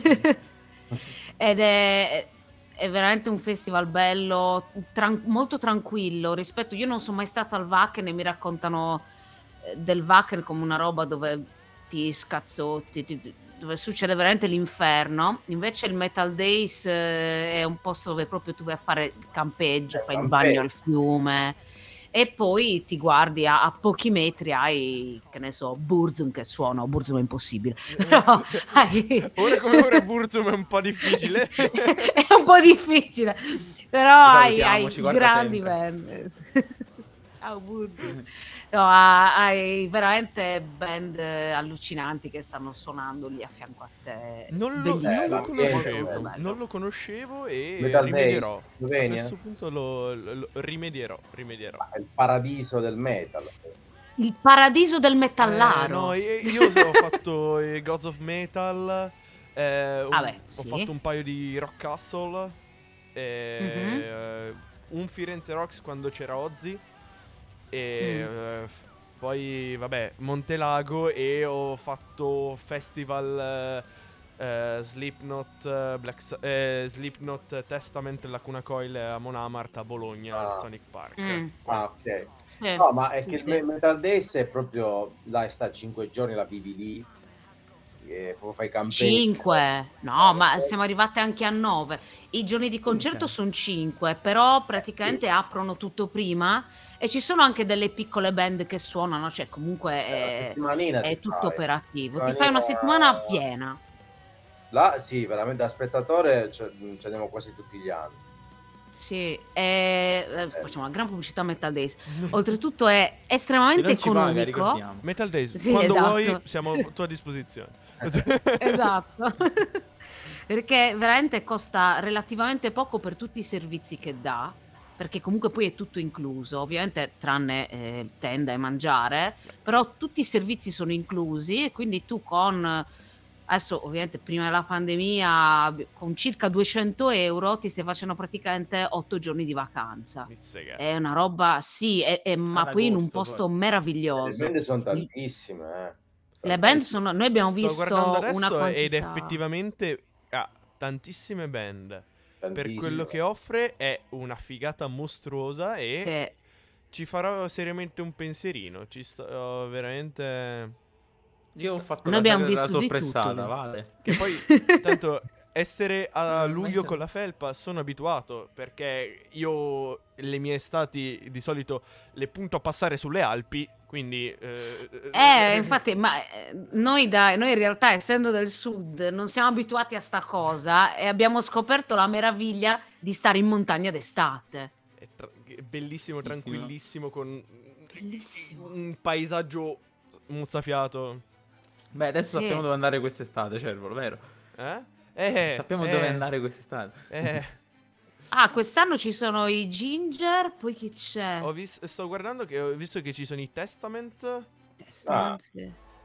ed è veramente un festival bello, molto tranquillo rispetto. Io non sono mai stata al Wacken e mi raccontano del Wacken come una roba dove ti scazzotti, dove succede veramente l'inferno. Invece il Metal Days è un posto dove proprio tu vai a fare il campeggio, fai il bagno al fiume, e poi ti guardi a pochi metri hai, che ne so, Burzum che suona. Burzum è impossibile, però hai... Ora come ora Burzum è un po' difficile. È un po' difficile, però Lo hai salutiamo, ci guarda grandi sempre. band. Ciao Burzum. No, hai veramente band allucinanti che stanno suonando lì a fianco a te. Non lo Bellissimo, l'ambiente, molto, molto bello. bello. non lo conoscevo e Metal Days, rimedierò. A Slovenia, questo punto lo rimedierò. è il paradiso del metal. Il paradiso del metallaro. No, io ho fatto i Gods of Metal. Vabbè, Ho sì. fatto un paio di Rock Castle. Un Firenze Rocks quando c'era Ozzy. E poi, vabbè, Montelago. E ho fatto festival Slipknot, Slipknot, Testament, Lacuna Coil a Monamart a Bologna al Sonic Park. Ok. Sì. No, ma è Sì, che sì. il Metal Days è proprio, dai, sta 5 giorni, la vivi lì, e proprio fai campeggi. 5, no, ma siamo arrivate anche a 9. I giorni di concerto Ok. sono 5, però praticamente sì. aprono tutto prima e ci sono anche delle piccole band che suonano, cioè comunque Una è, settimanina è ti tutto fai. operativo. Ti fai una settimana piena. Là, sì, veramente da spettatore ci andiamo quasi tutti gli anni. Sì, facciamo una gran pubblicità a Metal Days. Oltretutto è estremamente non ci paga, economico. ricordiamo. Metal Days, Sì, quando esatto. vuoi siamo a tua disposizione. Esatto. Perché veramente costa relativamente poco per tutti i servizi che dà, perché comunque poi è tutto incluso, ovviamente tranne tenda e mangiare, però tutti i servizi sono inclusi e quindi tu con, adesso ovviamente prima della pandemia, con circa 200 euro ti stai facendo praticamente 8 giorni di vacanza. Missega. È una roba, sì, ma Ad poi in un agosto, posto poi. Le meraviglioso. band sono Il- tantissime, Le band sì. sono, noi abbiamo Sto guardando visto una adesso ed quantità. effettivamente ha tantissime band. Per Tantissime. quello che offre è una figata mostruosa e Sì. ci farò seriamente un pensierino. Ci sto veramente... Io ho fatto Noi la abbiamo sagra della visto di tutto sorpressata, lì. vale. Che poi, tanto, essere a No, luglio mai con la felpa sono abituato, perché io le mie estati di solito le punto a passare sulle Alpi, quindi... Infatti, ma noi in realtà, essendo del sud, non siamo abituati a sta cosa e abbiamo scoperto la meraviglia di stare in montagna d'estate. È bellissimo, Bellissimo. tranquillissimo, con Bellissimo. un paesaggio mozzafiato. Beh, adesso Sì. sappiamo dove andare quest'estate, Cervolo, vero? Sappiamo dove andare quest'estate. Quest'anno ci sono i Ginger, poi chi c'è? Sto guardando che ho visto che ci sono i Testament, Testament, sì.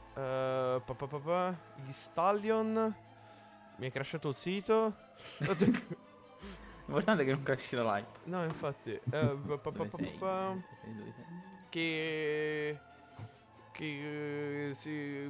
gli Stallion. Mi è crashato il sito. L'importante è che non crashi la live. No, infatti. Dove sei? Che si...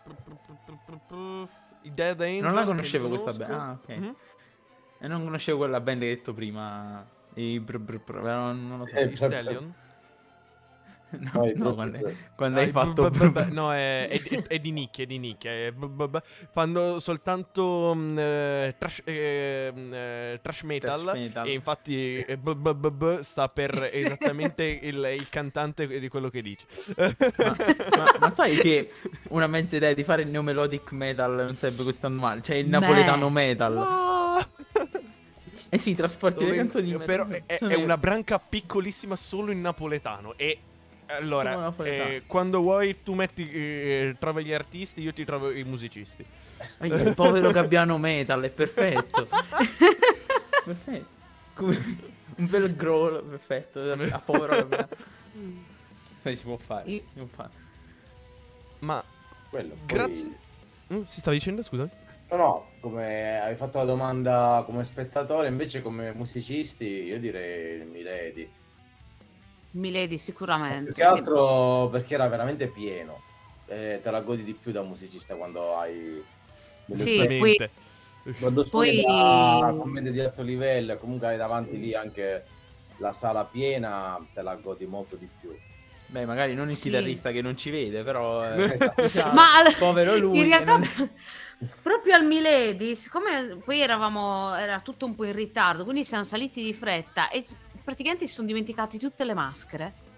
I Dead Angel. Non la che conoscevo li questa conosco. band. Ah, ok. Mhm. E non conoscevo quella band che hai detto prima. Non lo so. I Stallion. No, quando hai i fatto. No, è di nicchia, fanno soltanto trash metal, Thrash metal. e infatti sta per esattamente il cantante di quello che dice. Ma sai che una mezza idea di fare il neomelodic metal non sarebbe costando male? Cioè il napoletano metal. Wow! Eh sì, trasporti le canzoni Però metal. è una branca piccolissima solo in napoletano. E allora, Solo napoletano. quando vuoi tu trovi gli artisti, io ti trovo i musicisti. Il povero Gabbiano metal, è perfetto. Perfetto. Come un bel growl, perfetto. A povero Gabbiano. Si può fare. Si può fare. Ma Quello. Poi- grazie. Si stava dicendo, scusa? No, come hai fatto la domanda come spettatore, invece come musicisti io direi Milady. Milady sicuramente. Più che altro perché era veramente pieno. Te la godi di più da musicista quando hai delle Sì, occasioni. poi- Quando suoni poi- da commedia di alto livello, comunque hai davanti lì anche la sala piena, te la godi molto di più. Beh, magari non il Sì. chitarrista che non ci vede, però Esatto. diciamo, Ma povero lui. in realtà che non- proprio al Milady, siccome poi era tutto un po' in ritardo, quindi siamo saliti di fretta e praticamente si sono dimenticati tutte le maschere.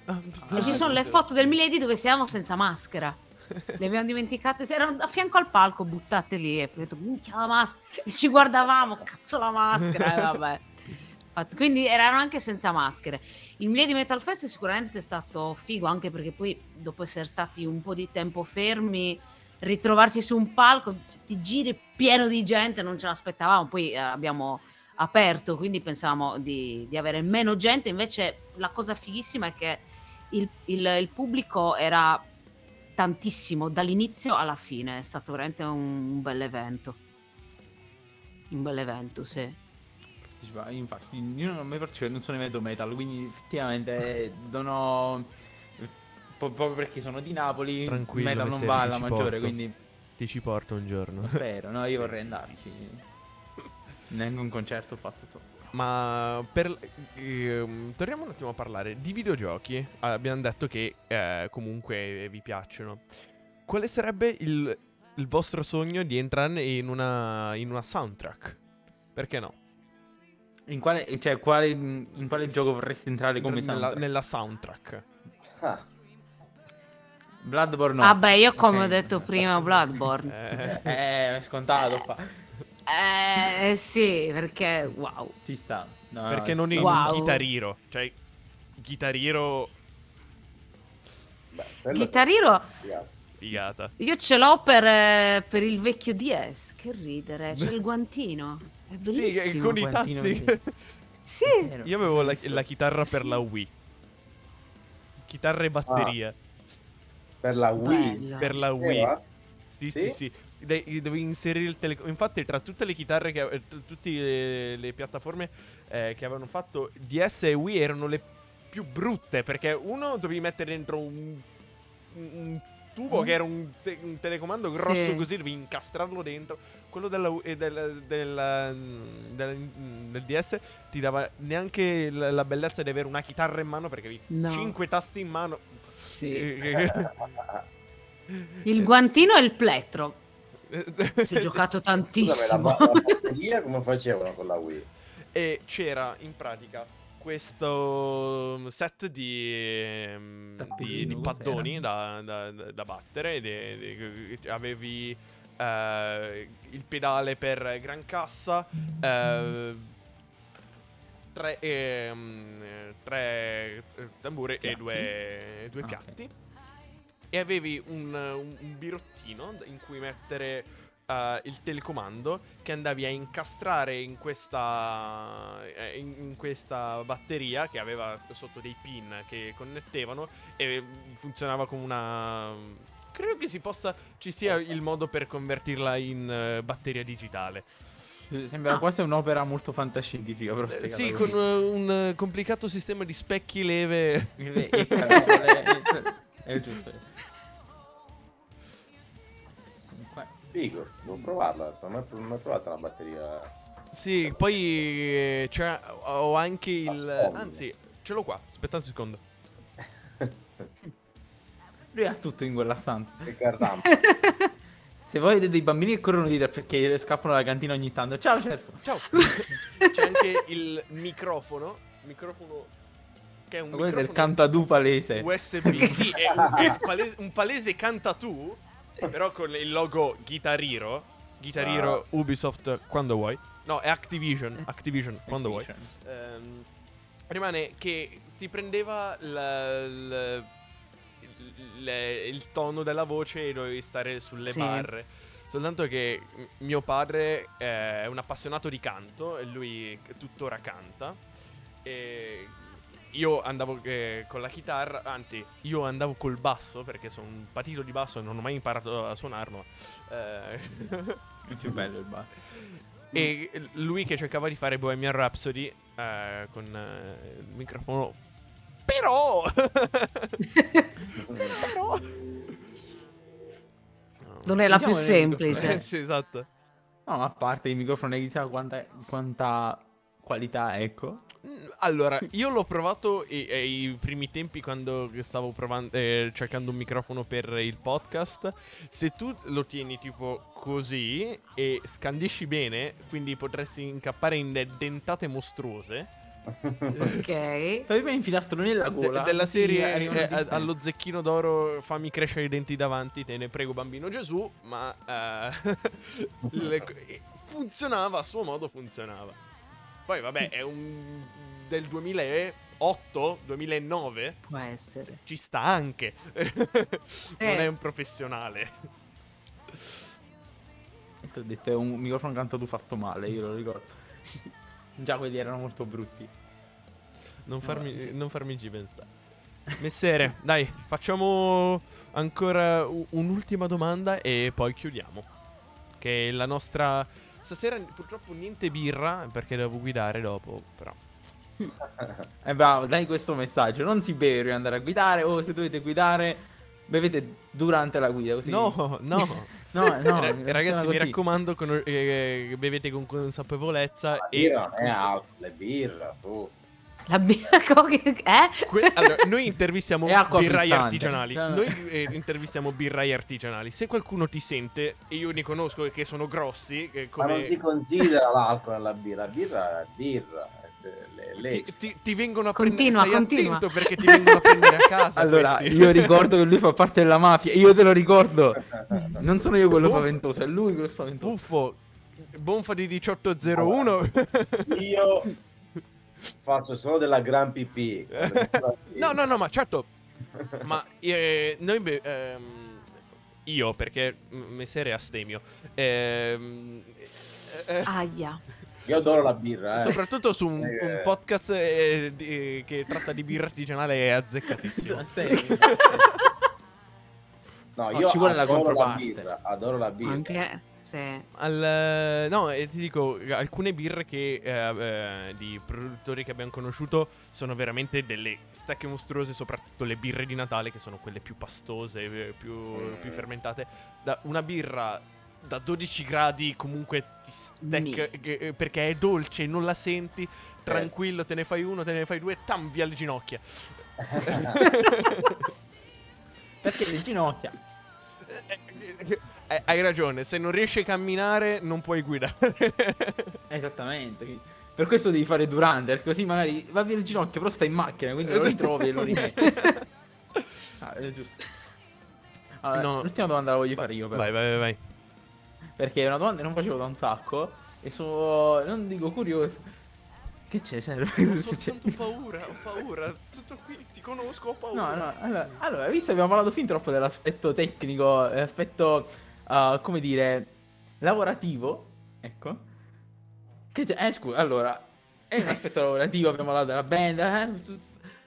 E ci sono le foto del Milady dove siamo senza maschera. Le abbiamo dimenticate, erano a fianco al palco, buttate lì. E poi ho detto, minchia la maschera. E ci guardavamo, cazzo la maschera. E vabbè. Quindi erano anche senza maschere. Il Milady Metal Fest sicuramente è stato figo, anche perché poi dopo essere stati un po' di tempo fermi, ritrovarsi su un palco, ti giri pieno di gente, non ce l'aspettavamo. Poi abbiamo aperto, quindi pensavamo di avere meno gente. Invece la cosa fighissima è che il pubblico era tantissimo dall'inizio alla fine. È stato veramente un bel evento. Un bel evento, sì. Infatti, io non ho mai partecipato, non sono in metal, quindi effettivamente non ho. Proprio perché sono di Napoli, Tranquillo, metal non Messere, va ti alla ci maggiore, porto. quindi Ti ci porto un giorno. spero, no? Io vorrei andarci. Neanche un concerto ho fatto tutto. Ma torniamo un attimo a parlare di videogiochi. Abbiamo detto che comunque vi piacciono. Quale sarebbe il vostro sogno di entrare in una soundtrack? Perché no? In quale gioco vorresti entrare come soundtrack? Nella soundtrack. Ah, Bloodborne no. Ah beh, io come Ok. ho detto prima, Bloodborne. È scontato fa. Sì, perché wow. Ci sta. No, Perché ci non sta. in Wow. Guitar Hero? Cioè, Guitar Hero, beh, quello Guitar Hero figata. io ce l'ho per il vecchio DS, che ridere, c'è il guantino, è Sì, bellissimo. con i Guantino, tasti. Sì, Vero, Io avevo la bellissimo. chitarra per Sì. la Wii. Chitarra e batteria. per la Wii. Bello. Per la Wii. Esisteva? Sì, Sì? sì, sì. Devi inserire il telecomando. Infatti, tra tutte le chitarre tutte le piattaforme che avevano fatto, DS e Wii erano le più brutte. Perché uno dovevi mettere dentro un tubo che era un telecomando grosso, Sì. così devi incastrarlo dentro. Quello del DS ti dava neanche la bellezza di avere una chitarra in mano, perché avevi No. 5 tasti in mano. Sì. Il Il guantino e il plettro. Ci ho giocato Scusami, tantissimo. la batteria come facevano con la Wii? E c'era in pratica questo set di paddoni da battere. Avevi il pedale per gran cassa, tre tamburi e due Ok. piatti. E avevi un birottino in cui mettere il telecomando, che andavi a incastrare in questa batteria, che aveva sotto dei pin che connettevano, e funzionava come una... Credo che ci sia il modo per convertirla in batteria digitale. Sembra quasi un'opera molto fantascientifica, però spiegata Sì, così. con un complicato sistema di specchi leve. E carole, è giusto. Comunque, Figo, devo provarla. Non ho mai provata la batteria. Sì, poi ho anche Ascolta. Anzi, ce l'ho qua, aspettate un secondo. lui ha tutto in quella stanza. Che caramba. Se voi vedete dei bambini che corrono dietro perché scappano dalla cantina ogni tanto, ciao certo. Ciao. C'è anche il microfono che è un Quello del microfono cantadù palese. USB. Sì, è un palese cantatù, però con il logo Guitar Hero. Guitar Hero, Ubisoft, quando vuoi. No, è Activision, quando vuoi. Rimane che ti prendeva il tono della voce e dovevi stare sulle Sì. barre. Soltanto che mio padre è un appassionato di canto e lui tuttora canta. E io andavo con la chitarra, anzi, io andavo col basso perché sono un patito di basso e non ho mai imparato a suonarlo. È più bello il basso. E lui che cercava di fare Bohemian Rhapsody con il microfono. Però Non è la più Diciamo semplice. sì, esatto. No, ma a parte il microfono, chissà quanta qualità, ecco. Allora, io l'ho provato ai primi tempi quando stavo provando, cercando un microfono per il podcast. Se tu lo tieni tipo così e scandisci bene, quindi potresti incappare in dentate mostruose. Ok. Fai prima infilartelo nella gola. Della così serie arrivano dei allo zecchino d'oro, fammi crescere i denti davanti, te ne prego bambino Gesù, ma funzionava a suo modo, funzionava. Poi vabbè, è un del 2008, 2009, Può essere. ci sta anche. Non è un professionale. Ti ho detto, è un microfono cantato fatto male, io lo ricordo. Già quelli erano molto brutti. Non farmi ci pensare. Messere, dai, facciamo ancora un'ultima domanda e poi chiudiamo. Che la nostra... Stasera purtroppo niente birra, perché devo guidare dopo, però. Bravo, dai questo messaggio. Non si beve prima di andare a guidare, o se dovete guidare, bevete durante la guida. Così. No. No, Ragazzi, mi così. raccomando, bevete con consapevolezza La e... birra non è alcol, è birra, tu. La birra Allora, noi intervistiamo È acqua birrai frizzante. artigianali. No. Noi intervistiamo birrai artigianali. Se qualcuno ti sente, e io ne conosco che sono grossi, Ma come... non si considera l'alcol nella birra. La birra è birra. ti vengono a Continua, prendere. Stai continua. attento perché ti vengono a prendere a casa. Allora, questi. io ricordo che lui fa parte della mafia. Io te lo ricordo. Non sono io quello Buffo. spaventoso, è lui quello spaventoso. Buffo, Bonfa di 1801. Io faccio solo della gran pipì. No, ma certo. Ma io, perché messere è astemio. Aia. Io adoro la birra, Soprattutto su un podcast che tratta di birra artigianale è azzeccatissimo. No, No, io ci vuole la adoro controparte. adoro la birra. Anche se... No, e ti dico, alcune birre che di produttori che abbiamo conosciuto sono veramente delle stecche mostruose, soprattutto le birre di Natale, che sono quelle più pastose, più fermentate. Una birra da 12 gradi comunque ti stecca, perché è dolce, non la senti, tranquillo, te ne fai uno, te ne fai due, tam, via le ginocchia. Perché le ginocchia? Hai ragione, se non riesci a camminare non puoi guidare. Esattamente. Per questo devi fare durante, perché così magari va via le ginocchia, però stai in macchina, quindi lo ritrovi e lo rimetti. È giusto. Allora, No. l'ultima domanda la voglio fare io, però. Vai. Perché è una domanda che non facevo da un sacco. E sono, non dico curioso. Che c'è? Ho soltanto ho paura. Tutto qui, ti conosco, ho paura. No, allora, visto che abbiamo parlato fin troppo dell'aspetto tecnico, l'aspetto, come dire, lavorativo, ecco. Che c'è? Scusa, allora, è un aspetto lavorativo, abbiamo parlato della band,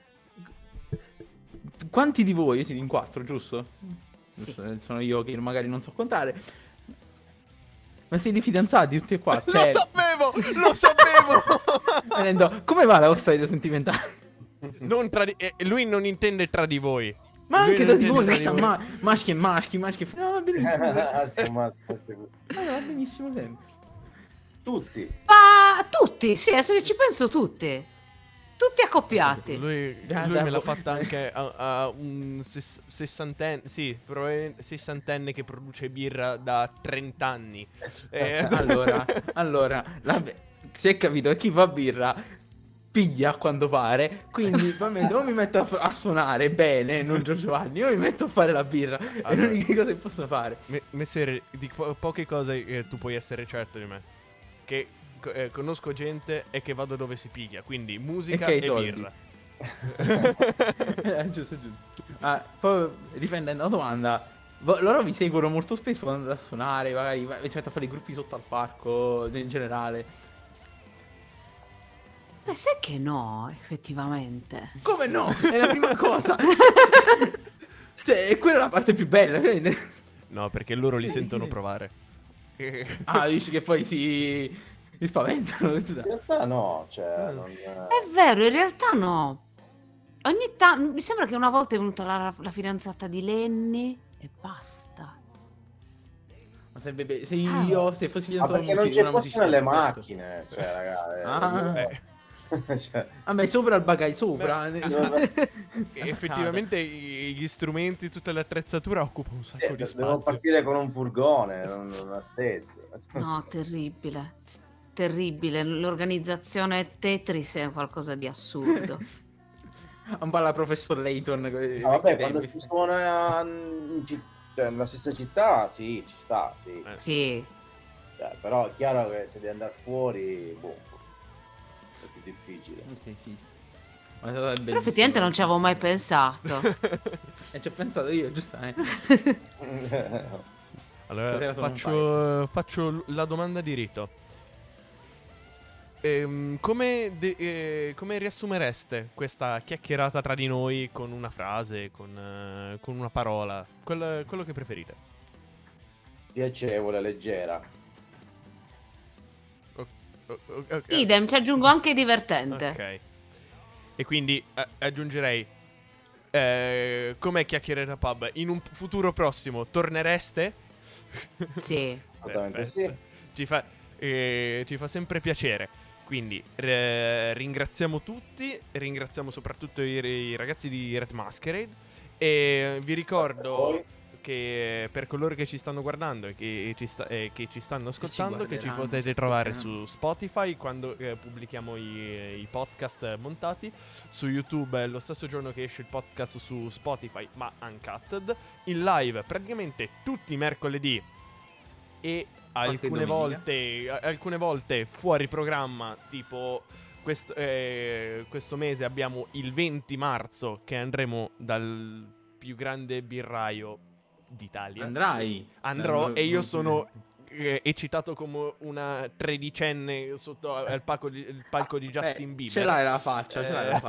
Quanti di voi siete in 4, giusto? Sì. Sono io che magari non so contare. Ma siete fidanzati tutti e quattro? Cioè, Lo sapevo! vedendo, come va la vostra vita sentimentale? Non lui non intende tra di voi. Ma Lui anche non da di voi, intende questa tra di voi. maschi e maschi. No, va benissimo. Insomma, Allora, va benissimo sempre. tutti. Ma tutti, sì, adesso ci penso tutti. Tutti accoppiati. Lui me l'ha fatta anche a un sessantenne. Sì, probabilmente sessantenne che produce birra da 30 anni. Allora, si è capito, chi fa birra piglia a quanto pare. Quindi o mi metto a suonare bene, non Giovanni, o mi metto a fare la birra. È Allora. l'unica cosa che posso fare. Messere, di poche cose tu puoi essere certo di me. Che conosco gente e che vado dove si piglia. Quindi musica E che hai e soldi. birra. Giusto. Poi riprendendo la domanda, loro vi seguono molto spesso quando andate a suonare, magari vi mettete a fare i gruppi sotto al parco in generale. Beh, sai che no, effettivamente. Come no? È la prima cosa. Cioè, è quella la parte più bella. No, perché loro li sentono provare. Dici che poi si spaventano. In realtà no, cioè, non... È vero, in realtà no. Ogni tanto mi sembra che una volta è venuta la fidanzata di Lenny e basta. Ma se io, se fossi Ma fidanzato perché non c'è posto nelle macchine, cioè, ragazzi. Cioè, Vabbè, sopra il bagaglio, sopra. Effettivamente gli strumenti, tutta l'attrezzatura occupa un sacco di devo spazio. partire con un furgone, non ha senso. No, terribile. terribile. L'organizzazione Tetris è qualcosa di assurdo. Un po' la professor Layton. Vabbè, quando si suona cioè, nella stessa città, sì, ci sta, sì. Sì. Però è chiaro che se devi andare fuori, boh, è più difficile. Però Però effettivamente non ci avevo mai pensato. E ci ho pensato io, giustamente. Allora, Poteva solo faccio la domanda di rito. Come riassumereste questa chiacchierata tra di noi con una frase, con una parola? Quello che preferite. Piacevole, leggera. Ok. Idem, ci aggiungo anche divertente. Ok. E quindi aggiungerei com'è Chiacchierata Pub? In un futuro prossimo tornereste? Sì. Assolutamente Perfetto. sì. Ci fa sempre piacere. Quindi ringraziamo tutti, ringraziamo soprattutto i ragazzi di Red Masquerade e vi ricordo che per coloro che ci stanno guardando e che ci stanno ascoltando, che ci potete trovare su Spotify quando pubblichiamo i podcast montati, su YouTube lo stesso giorno che esce il podcast su Spotify ma uncut, in live praticamente tutti i mercoledì e alcune volte fuori programma, tipo questo mese abbiamo il 20 marzo che andremo dal più grande birraio d'Italia. Andrò e io sono eccitato come una tredicenne sotto il palco di Justin Bieber. Ce l'hai la faccia,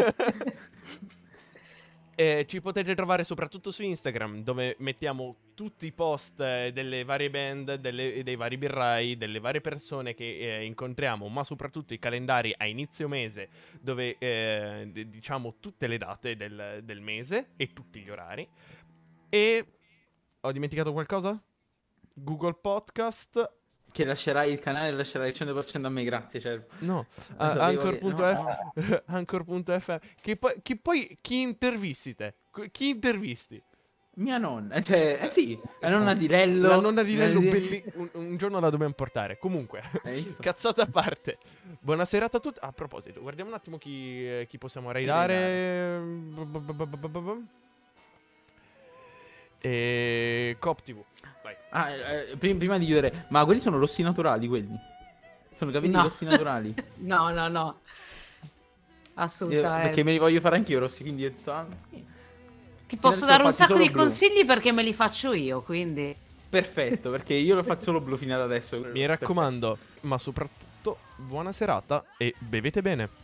Ci potete trovare soprattutto su Instagram, dove mettiamo tutti i post delle varie band, dei vari birrai, delle varie persone che incontriamo, ma soprattutto i calendari a inizio mese, dove diciamo tutte le date del mese e tutti gli orari. E ho dimenticato qualcosa? Google Podcast. Che lascerai il canale e lascerai il 100% a me, grazie. Cioè, No, Anchor.fm. Anchor.fm. Che poi chi intervisti te? Chi intervisti? Mia nonna, cioè, sì, la nonna di Lello. La nonna di Lello, un giorno la dobbiamo portare. Comunque, cazzate a parte. Buona serata a tutti. A proposito, guardiamo un attimo chi possiamo raidare. Cop TV. Vai. Prima di chiudere, ma quelli sono rossi naturali, quelli? Sono capiti rossi naturali? No. Assolutamente. Perché me li voglio fare anch'io rossi, quindi ti posso dare un sacco di consigli perché me li faccio io, quindi perfetto, perché io lo faccio solo blu fino ad adesso. Mi raccomando, ma soprattutto buona serata e bevete bene.